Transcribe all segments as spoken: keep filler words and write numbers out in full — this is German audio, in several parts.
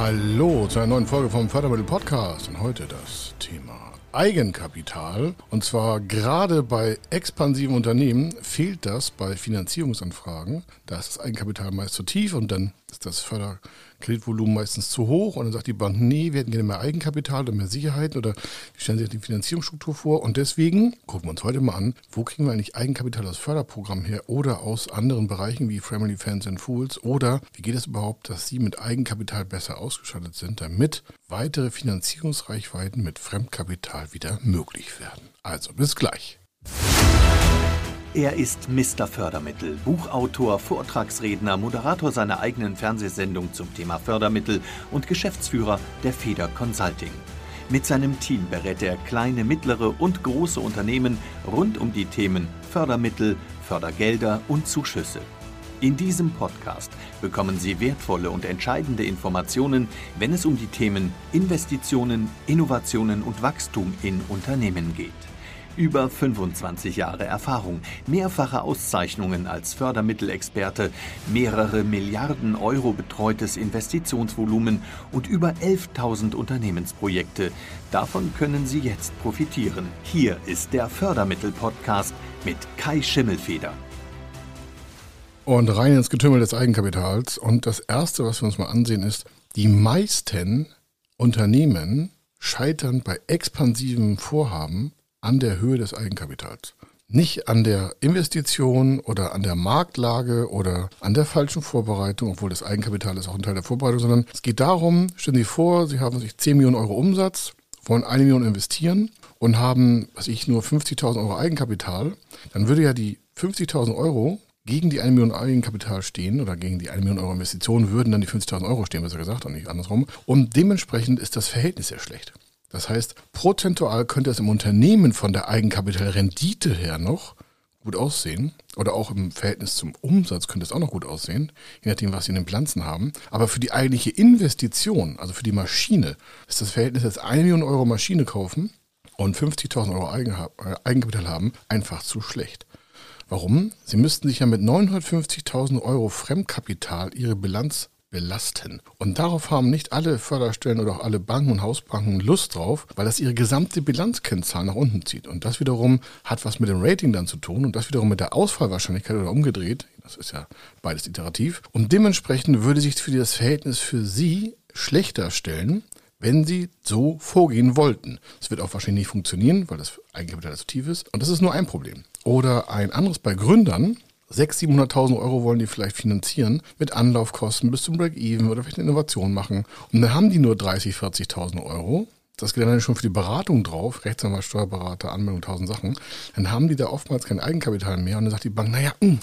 Hallo zu einer neuen Folge vom Fördermittel-Podcast und heute das Thema Eigenkapital. Und zwar gerade bei expansiven Unternehmen fehlt das bei Finanzierungsanfragen. Da ist das Eigenkapital meist zu tief und dann ist das Förderkreditvolumen meistens zu hoch. Und dann sagt die Bank, nee, wir hätten gerne mehr Eigenkapital oder mehr Sicherheit oder die stellen sich die Finanzierungsstruktur vor. Und deswegen gucken wir uns heute mal an, wo kriegen wir eigentlich Eigenkapital aus Förderprogrammen her oder aus anderen Bereichen wie Family, Fans and Fools oder wie geht es überhaupt, dass Sie mit Eigenkapital besser ausgestattet sind, damit weitere Finanzierungsreichweiten mit Fremdkapital wieder möglich werden. Also bis gleich. Er ist Mister Fördermittel, Buchautor, Vortragsredner, Moderator seiner eigenen Fernsehsendung zum Thema Fördermittel und Geschäftsführer der Feder Consulting. Mit seinem Team berät er kleine, mittlere und große Unternehmen rund um die Themen Fördermittel, Fördergelder und Zuschüsse. In diesem Podcast bekommen Sie wertvolle und entscheidende Informationen, wenn es um die Themen Investitionen, Innovationen und Wachstum in Unternehmen geht. Über fünfundzwanzig Jahre Erfahrung, mehrfache Auszeichnungen als Fördermittelexperte, mehrere Milliarden Euro betreutes Investitionsvolumen und über elftausend Unternehmensprojekte. Davon können Sie jetzt profitieren. Hier ist der Fördermittel-Podcast mit Kai Schimmelfeder. Und rein ins Getümmel des Eigenkapitals. Und das Erste, was wir uns mal ansehen, ist, die meisten Unternehmen scheitern bei expansiven Vorhaben an der Höhe des Eigenkapitals. Nicht an der Investition oder an der Marktlage oder an der falschen Vorbereitung, obwohl das Eigenkapital ist auch ein Teil der Vorbereitung, sondern es geht darum, stellen Sie vor, Sie haben sich zehn Millionen Euro Umsatz, wollen eine Million investieren und haben, was ich, nur fünfzigtausend Euro Eigenkapital, dann würde ja die fünfzigtausend Euro gegen die eine Million Eigenkapital stehen oder gegen die eine Million Euro Investition würden dann die fünfzigtausend Euro stehen, besser gesagt, und nicht andersrum. Und dementsprechend ist das Verhältnis sehr schlecht. Das heißt, prozentual könnte es im Unternehmen von der Eigenkapitalrendite her noch gut aussehen oder auch im Verhältnis zum Umsatz könnte es auch noch gut aussehen, je nachdem, was Sie in den Bilanzen haben. Aber für die eigentliche Investition, also für die Maschine, ist das Verhältnis, dass eine Million Euro Maschine kaufen und fünfzigtausend Euro Eigen, äh, Eigenkapital haben, einfach zu schlecht. Warum? Sie müssten sich ja mit neunhundertfünfzigtausend Euro Fremdkapital Ihre Bilanz belasten. Und darauf haben nicht alle Förderstellen oder auch alle Banken und Hausbanken Lust drauf, weil das ihre gesamte Bilanzkennzahl nach unten zieht. Und das wiederum hat was mit dem Rating dann zu tun und das wiederum mit der Ausfallwahrscheinlichkeit oder umgedreht. Das ist ja beides iterativ. Und dementsprechend würde sich für das Verhältnis für Sie schlechter stellen, wenn Sie so vorgehen wollten. Es wird auch wahrscheinlich nicht funktionieren, weil das Eigenkapital zu tief ist. Und das ist nur ein Problem. Oder ein anderes bei Gründern. sechshunderttausend, siebenhunderttausend Euro wollen die vielleicht finanzieren mit Anlaufkosten bis zum Break-Even oder vielleicht eine Innovation machen. Und dann haben die nur dreißigtausend, vierzigtausend Euro. Das geht dann schon für die Beratung drauf, Rechtsanwalt, Steuerberater, Anmeldung, tausend Sachen. Dann haben die da oftmals kein Eigenkapital mehr und dann sagt die Bank, naja, mh,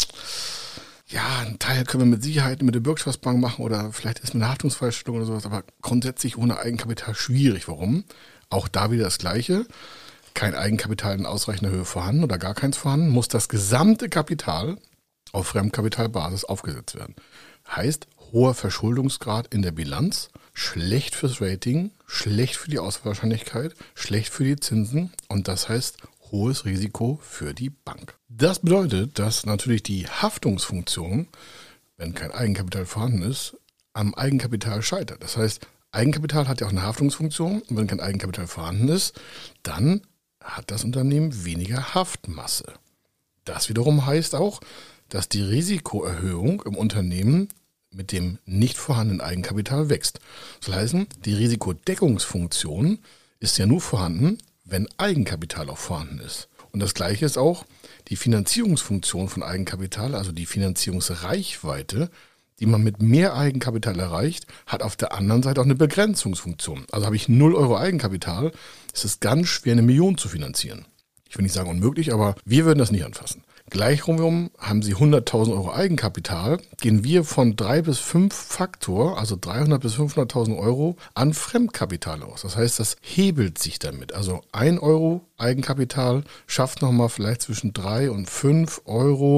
ja, einen Teil können wir mit Sicherheit mit der Bürgschaftsbank machen oder vielleicht ist mit einer Haftungsfreistellung oder sowas, aber grundsätzlich ohne Eigenkapital schwierig. Warum? Auch da wieder das Gleiche. Kein Eigenkapital in ausreichender Höhe vorhanden oder gar keins vorhanden, muss das gesamte Kapital auf Fremdkapitalbasis aufgesetzt werden. Heißt, hoher Verschuldungsgrad in der Bilanz, schlecht fürs Rating, schlecht für die Ausfallwahrscheinlichkeit, schlecht für die Zinsen und das heißt hohes Risiko für die Bank. Das bedeutet, dass natürlich die Haftungsfunktion, wenn kein Eigenkapital vorhanden ist, am Eigenkapital scheitert. Das heißt, Eigenkapital hat ja auch eine Haftungsfunktion und wenn kein Eigenkapital vorhanden ist, dann hat das Unternehmen weniger Haftmasse. Das wiederum heißt auch, dass die Risikoerhöhung im Unternehmen mit dem nicht vorhandenen Eigenkapital wächst. Das soll heißen, die Risikodeckungsfunktion ist ja nur vorhanden, wenn Eigenkapital auch vorhanden ist. Und das Gleiche ist auch die Finanzierungsfunktion von Eigenkapital, also die Finanzierungsreichweite, die man mit mehr Eigenkapital erreicht, hat auf der anderen Seite auch eine Begrenzungsfunktion. Also habe ich null Euro Eigenkapital, ist es ganz schwer, eine Million zu finanzieren. Ich will nicht sagen unmöglich, aber wir würden das nicht anfassen. Gleichrum haben Sie hunderttausend Euro Eigenkapital, gehen wir von drei bis fünf Faktor, also dreihundert bis fünfhunderttausend Euro an Fremdkapital aus. Das heißt, das hebelt sich damit. Also ein Euro Eigenkapital schafft nochmal vielleicht zwischen drei und fünf Euro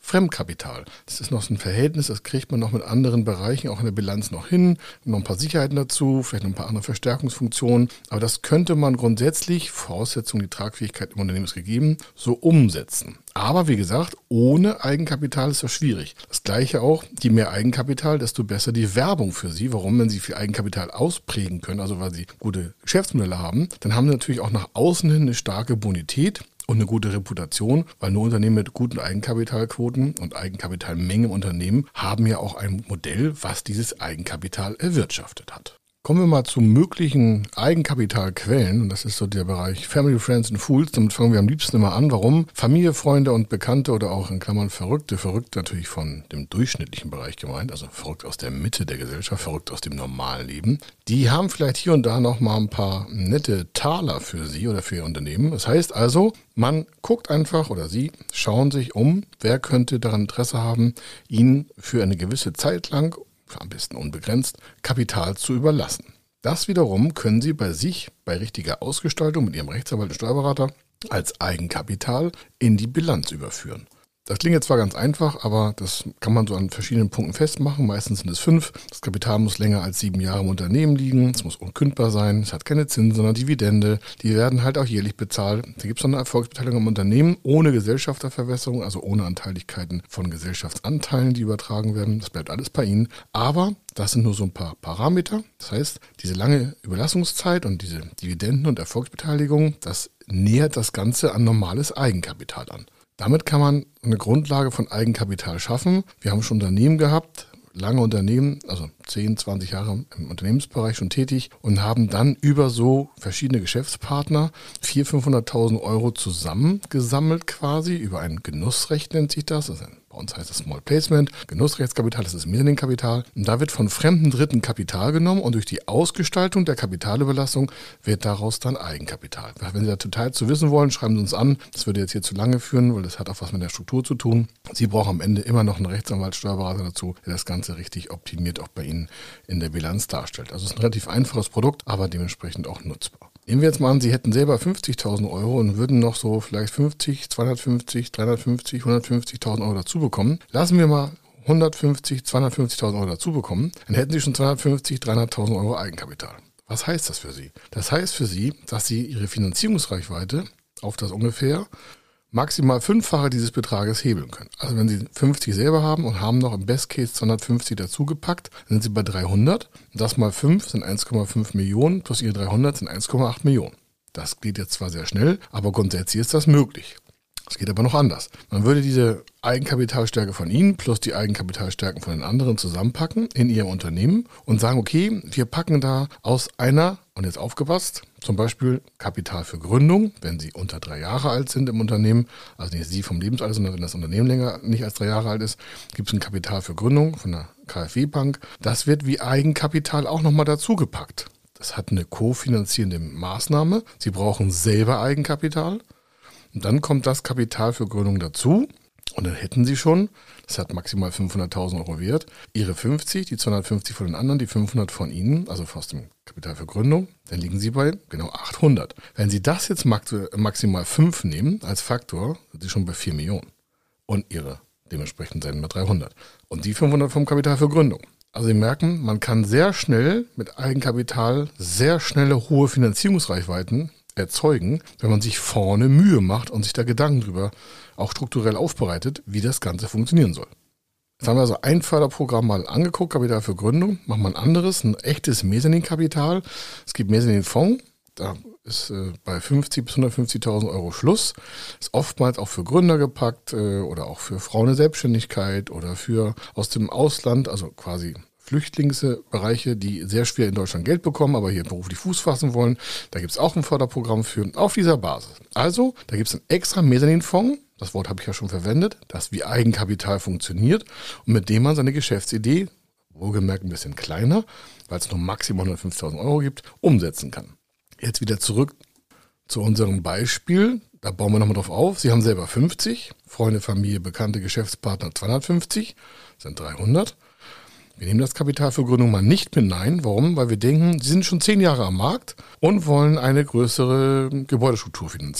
Fremdkapital. Das ist noch so ein Verhältnis, das kriegt man noch mit anderen Bereichen auch in der Bilanz noch hin. Noch ein paar Sicherheiten dazu, vielleicht noch ein paar andere Verstärkungsfunktionen. Aber das könnte man grundsätzlich, Voraussetzung, die Tragfähigkeit im Unternehmen ist gegeben, so umsetzen. Aber wie gesagt, ohne Eigenkapital ist das schwierig. Das Gleiche auch, je mehr Eigenkapital, desto besser die Werbung für Sie. Warum? Wenn Sie viel Eigenkapital ausprägen können, also weil Sie gute Geschäftsmodelle haben, dann haben Sie natürlich auch nach außen hin eine starke Bonität und eine gute Reputation, weil nur Unternehmen mit guten Eigenkapitalquoten und Eigenkapitalmenge im Unternehmen haben ja auch ein Modell, was dieses Eigenkapital erwirtschaftet hat. Kommen wir mal zu möglichen Eigenkapitalquellen. Und das ist so der Bereich Family, Friends and Fools. Damit fangen wir am liebsten immer an. Warum? Familie, Freunde und Bekannte oder auch in Klammern Verrückte. Verrückt natürlich von dem durchschnittlichen Bereich gemeint. Also verrückt aus der Mitte der Gesellschaft, verrückt aus dem normalen Leben. Die haben vielleicht hier und da noch mal ein paar nette Taler für Sie oder für Ihr Unternehmen. Das heißt also, man guckt einfach oder Sie schauen sich um, wer könnte daran Interesse haben, Ihnen für eine gewisse Zeit lang, am besten unbegrenzt, Kapital zu überlassen. Das wiederum können Sie bei sich, bei richtiger Ausgestaltung mit Ihrem Rechtsanwalt und Steuerberater, als Eigenkapital in die Bilanz überführen. Das klingt jetzt zwar ganz einfach, aber das kann man so an verschiedenen Punkten festmachen. Meistens sind es fünf. Das Kapital muss länger als sieben Jahre im Unternehmen liegen. Es muss unkündbar sein. Es hat keine Zinsen, sondern Dividende. Die werden halt auch jährlich bezahlt. Da gibt es noch eine Erfolgsbeteiligung im Unternehmen ohne Gesellschafterverwässerung, also ohne Anteiligkeiten von Gesellschaftsanteilen, die übertragen werden. Das bleibt alles bei Ihnen. Aber das sind nur so ein paar Parameter. Das heißt, diese lange Überlassungszeit und diese Dividenden- und Erfolgsbeteiligung, das nähert das Ganze an normales Eigenkapital an. Damit kann man eine Grundlage von Eigenkapital schaffen. Wir haben schon Unternehmen gehabt, lange Unternehmen, also zehn, zwanzig Jahre im Unternehmensbereich schon tätig und haben dann über so verschiedene Geschäftspartner vierhunderttausend, fünfhunderttausend Euro zusammengesammelt quasi, über ein Genussrecht nennt sich das. Das ist ein Bei uns heißt das Small Placement, Genussrechtskapital, das ist Mehrlingkapital. Und da wird von fremden Dritten Kapital genommen und durch die Ausgestaltung der Kapitalüberlassung wird daraus dann Eigenkapital. Wenn Sie da total zu wissen wollen, schreiben Sie uns an. Das würde jetzt hier zu lange führen, weil das hat auch was mit der Struktur zu tun. Sie brauchen am Ende immer noch einen Rechtsanwalt, Steuerberater dazu, der das Ganze richtig optimiert auch bei Ihnen in der Bilanz darstellt. Also es ist ein relativ einfaches Produkt, aber dementsprechend auch nutzbar. Nehmen wir jetzt mal an, Sie hätten selber fünfzigtausend Euro und würden noch so vielleicht fünfzig, zweihundertfünfzig, dreihundertfünfzig, hundertfünfzigtausend Euro dazu bekommen. Lassen wir mal hundertfünfzig, zweihundertfünfzigtausend Euro dazu bekommen, dann hätten Sie schon zweihundertfünfzig, dreihunderttausend Euro Eigenkapital. Was heißt das für Sie? Das heißt für Sie, dass Sie Ihre Finanzierungsreichweite auf das ungefähr maximal fünffache dieses Betrages hebeln können. Also wenn Sie fünfzig selber haben und haben noch im Best Case zweihundertfünfzig dazugepackt, dann sind Sie bei dreihundert. Das mal fünf sind eins Komma fünf Millionen, plus Ihre dreihundert sind eins Komma acht Millionen. Das geht jetzt zwar sehr schnell, aber grundsätzlich ist das möglich. Es geht aber noch anders. Man würde diese Eigenkapitalstärke von Ihnen plus die Eigenkapitalstärken von den anderen zusammenpacken in Ihrem Unternehmen und sagen, okay, wir packen da aus einer, und jetzt aufgepasst, zum Beispiel Kapital für Gründung, wenn Sie unter drei Jahre alt sind im Unternehmen, also nicht Sie vom Lebensalter, sondern wenn das Unternehmen länger nicht als drei Jahre alt ist, gibt es ein Kapital für Gründung von der KfW-Bank. Das wird wie Eigenkapital auch nochmal dazugepackt. Das hat eine kofinanzierende Maßnahme. Sie brauchen selber Eigenkapital. Und dann kommt das Kapital für Gründung dazu und dann hätten Sie schon, das hat maximal fünfhunderttausend Euro wert, Ihre fünfzig, die zweihundertfünfzig von den anderen, die fünfhundert von Ihnen, also aus dem Kapital für Gründung, dann liegen Sie bei genau achthundert. Wenn Sie das jetzt maximal fünf nehmen als Faktor, sind Sie schon bei vier Millionen und Ihre dementsprechend sind bei dreihundert. Und die fünfhundert vom Kapital für Gründung. Also Sie merken, man kann sehr schnell mit Eigenkapital sehr schnelle hohe Finanzierungsreichweiten erzeugen, wenn man sich vorne Mühe macht und sich da Gedanken drüber auch strukturell aufbereitet, wie das Ganze funktionieren soll. Jetzt haben wir also ein Förderprogramm mal angeguckt, Kapital für Gründung, machen wir ein anderes, ein echtes Mezzaninkapital. Es gibt Mezzaninfonds, da ist äh, bei fünfzig bis hundertfünfzigtausend Euro Schluss. Ist oftmals auch für Gründer gepackt äh, oder auch für Frauen in Selbstständigkeit oder für aus dem Ausland, also quasi Flüchtlingsbereiche, die sehr schwer in Deutschland Geld bekommen, aber hier beruflich Fuß fassen wollen. Da gibt es auch ein Förderprogramm für auf dieser Basis. Also, da gibt es einen extra Mezzaninfonds, das Wort habe ich ja schon verwendet, das wie Eigenkapital funktioniert und mit dem man seine Geschäftsidee, wohlgemerkt ein bisschen kleiner, weil es nur maximal hundertfünfzigtausend Euro gibt, umsetzen kann. Jetzt wieder zurück zu unserem Beispiel. Da bauen wir nochmal drauf auf. Sie haben selber fünfzig, Freunde, Familie, Bekannte, Geschäftspartner zweihundertfünfzig, sind dreihundert. Wir nehmen das Kapital für Gründung mal nicht mit Nein. Warum? Weil wir denken, Sie sind schon zehn Jahre am Markt und wollen eine größere Gebäudestruktur finanzieren.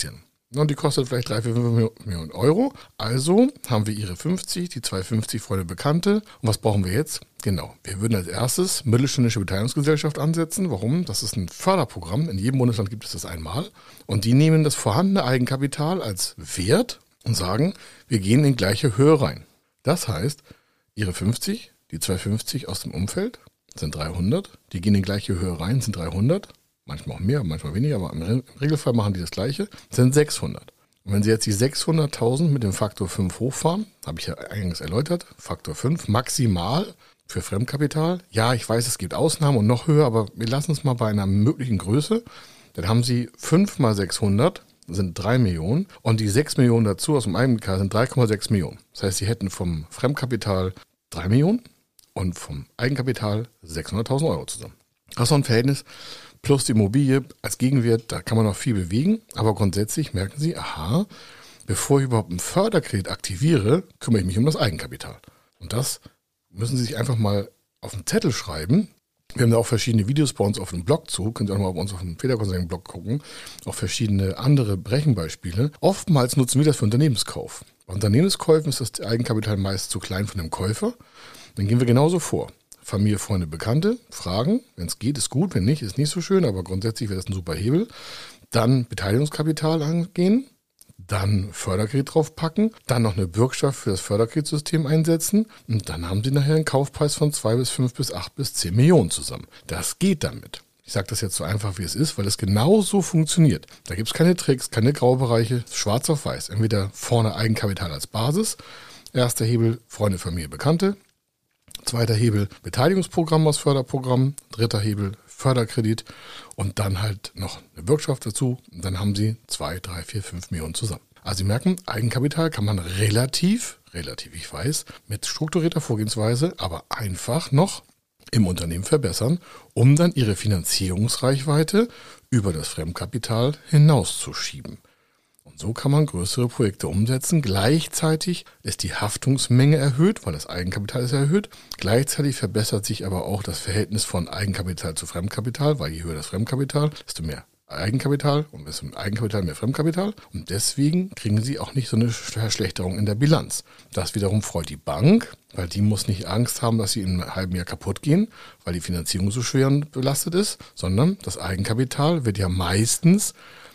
Und die kostet vielleicht drei, vier, fünf Millionen Euro. Also haben wir Ihre fünfzig, die zweihundertfünfzig Freunde Bekannte. Und was brauchen wir jetzt? Genau, wir würden als erstes mittelständische Beteiligungsgesellschaft ansetzen. Warum? Das ist ein Förderprogramm. In jedem Bundesland gibt es das einmal. Und die nehmen das vorhandene Eigenkapital als Wert und sagen, wir gehen in gleiche Höhe rein. Das heißt, Ihre fünfzig, die zweihundertfünfzig aus dem Umfeld sind dreihundert. Die gehen in gleiche Höhe rein, sind dreihundert. Manchmal auch mehr, manchmal weniger, aber im Regelfall machen die das Gleiche, sind sechshundert. Und wenn Sie jetzt die sechshunderttausend mit dem Faktor fünf hochfahren, habe ich ja eingangs erläutert, Faktor fünf maximal für Fremdkapital. Ja, ich weiß, es gibt Ausnahmen und noch höher, aber wir lassen es mal bei einer möglichen Größe. Dann haben Sie fünf mal sechshundert, sind drei Millionen und die sechs Millionen dazu aus dem Eigenkapital sind drei Komma sechs Millionen. Das heißt, Sie hätten vom Fremdkapital drei Millionen und vom Eigenkapital sechshunderttausend Euro zusammen. Das ist so ein Verhältnis. Plus die Immobilie als Gegenwert, da kann man noch viel bewegen. Aber grundsätzlich merken Sie, aha, bevor ich überhaupt einen Förderkredit aktiviere, kümmere ich mich um das Eigenkapital. Und das müssen Sie sich einfach mal auf den Zettel schreiben. Wir haben da auch verschiedene Videos bei uns auf dem Blog zu. Können Sie auch mal bei uns auf dem Feder Consulting Blog gucken. Auch verschiedene andere Rechenbeispiele. Oftmals nutzen wir das für Unternehmenskauf. Bei Unternehmenskäufen ist das Eigenkapital meist zu klein von dem Käufer. Dann gehen wir genauso vor. Familie, Freunde, Bekannte, fragen, wenn es geht, ist gut, wenn nicht, ist nicht so schön, aber grundsätzlich wäre das ein super Hebel. Dann Beteiligungskapital angehen, dann Förderkredit draufpacken, dann noch eine Bürgschaft für das Förderkreditsystem einsetzen und dann haben Sie nachher einen Kaufpreis von zwei bis fünf bis acht bis zehn Millionen zusammen. Das geht damit. Ich sage das jetzt so einfach, wie es ist, weil es genau so funktioniert. Da gibt es keine Tricks, keine Graubereiche, schwarz auf weiß. Entweder vorne Eigenkapital als Basis, erster Hebel Freunde, Familie, Bekannte, zweiter Hebel Beteiligungsprogramm aus Förderprogramm, dritter Hebel Förderkredit und dann halt noch eine Bürgschaft dazu. Und dann haben Sie zwei, drei, vier, fünf Millionen zusammen. Also Sie merken, Eigenkapital kann man relativ, relativ ich weiß, mit strukturierter Vorgehensweise, aber einfach noch im Unternehmen verbessern, um dann Ihre Finanzierungsreichweite über das Fremdkapital hinauszuschieben. Und so kann man größere Projekte umsetzen. Gleichzeitig ist die Haftungsmenge erhöht, weil das Eigenkapital ist erhöht. Gleichzeitig verbessert sich aber auch das Verhältnis von Eigenkapital zu Fremdkapital, weil je höher das Fremdkapital, desto mehr Eigenkapital und desto mehr Eigenkapital mehr Fremdkapital. Und deswegen kriegen Sie auch nicht so eine Verschlechterung in der Bilanz. Das wiederum freut die Bank, weil die muss nicht Angst haben, dass sie in einem halben Jahr kaputt gehen, weil die Finanzierung so schwer und belastet ist, sondern das Eigenkapital wird ja meistens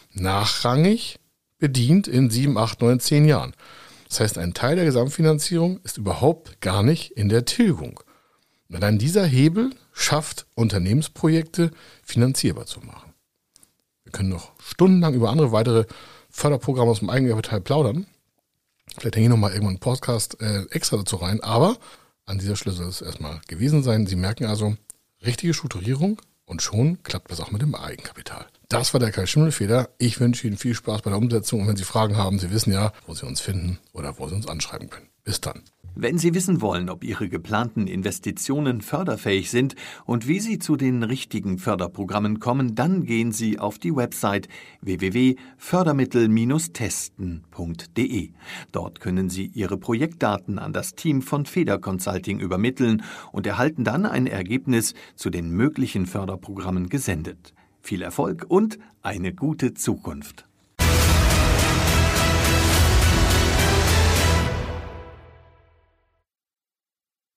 nachrangig bedient in sieben, acht, neun, zehn Jahren. Das heißt, ein Teil der Gesamtfinanzierung ist überhaupt gar nicht in der Tilgung. Und allein dieser Hebel schafft, Unternehmensprojekte finanzierbar zu machen. Wir können noch stundenlang über andere weitere Förderprogramme aus dem Eigenkapital plaudern. Vielleicht hänge ich nochmal irgendwann einen Podcast äh, extra dazu rein, aber an dieser Stelle soll es erstmal gewesen sein. Sie merken also, richtige Strukturierung und schon klappt das auch mit dem Eigenkapital. Das war der Kai Schimmelfeder. Ich wünsche Ihnen viel Spaß bei der Umsetzung und wenn Sie Fragen haben, Sie wissen ja, wo Sie uns finden oder wo Sie uns anschreiben können. Bis dann. Wenn Sie wissen wollen, ob Ihre geplanten Investitionen förderfähig sind und wie Sie zu den richtigen Förderprogrammen kommen, dann gehen Sie auf die Website w w w punkt fördermittel Bindestrich testen punkt d e. Dort können Sie Ihre Projektdaten an das Team von Feder Consulting übermitteln und erhalten dann ein Ergebnis zu den möglichen Förderprogrammen gesendet. Viel Erfolg und eine gute Zukunft!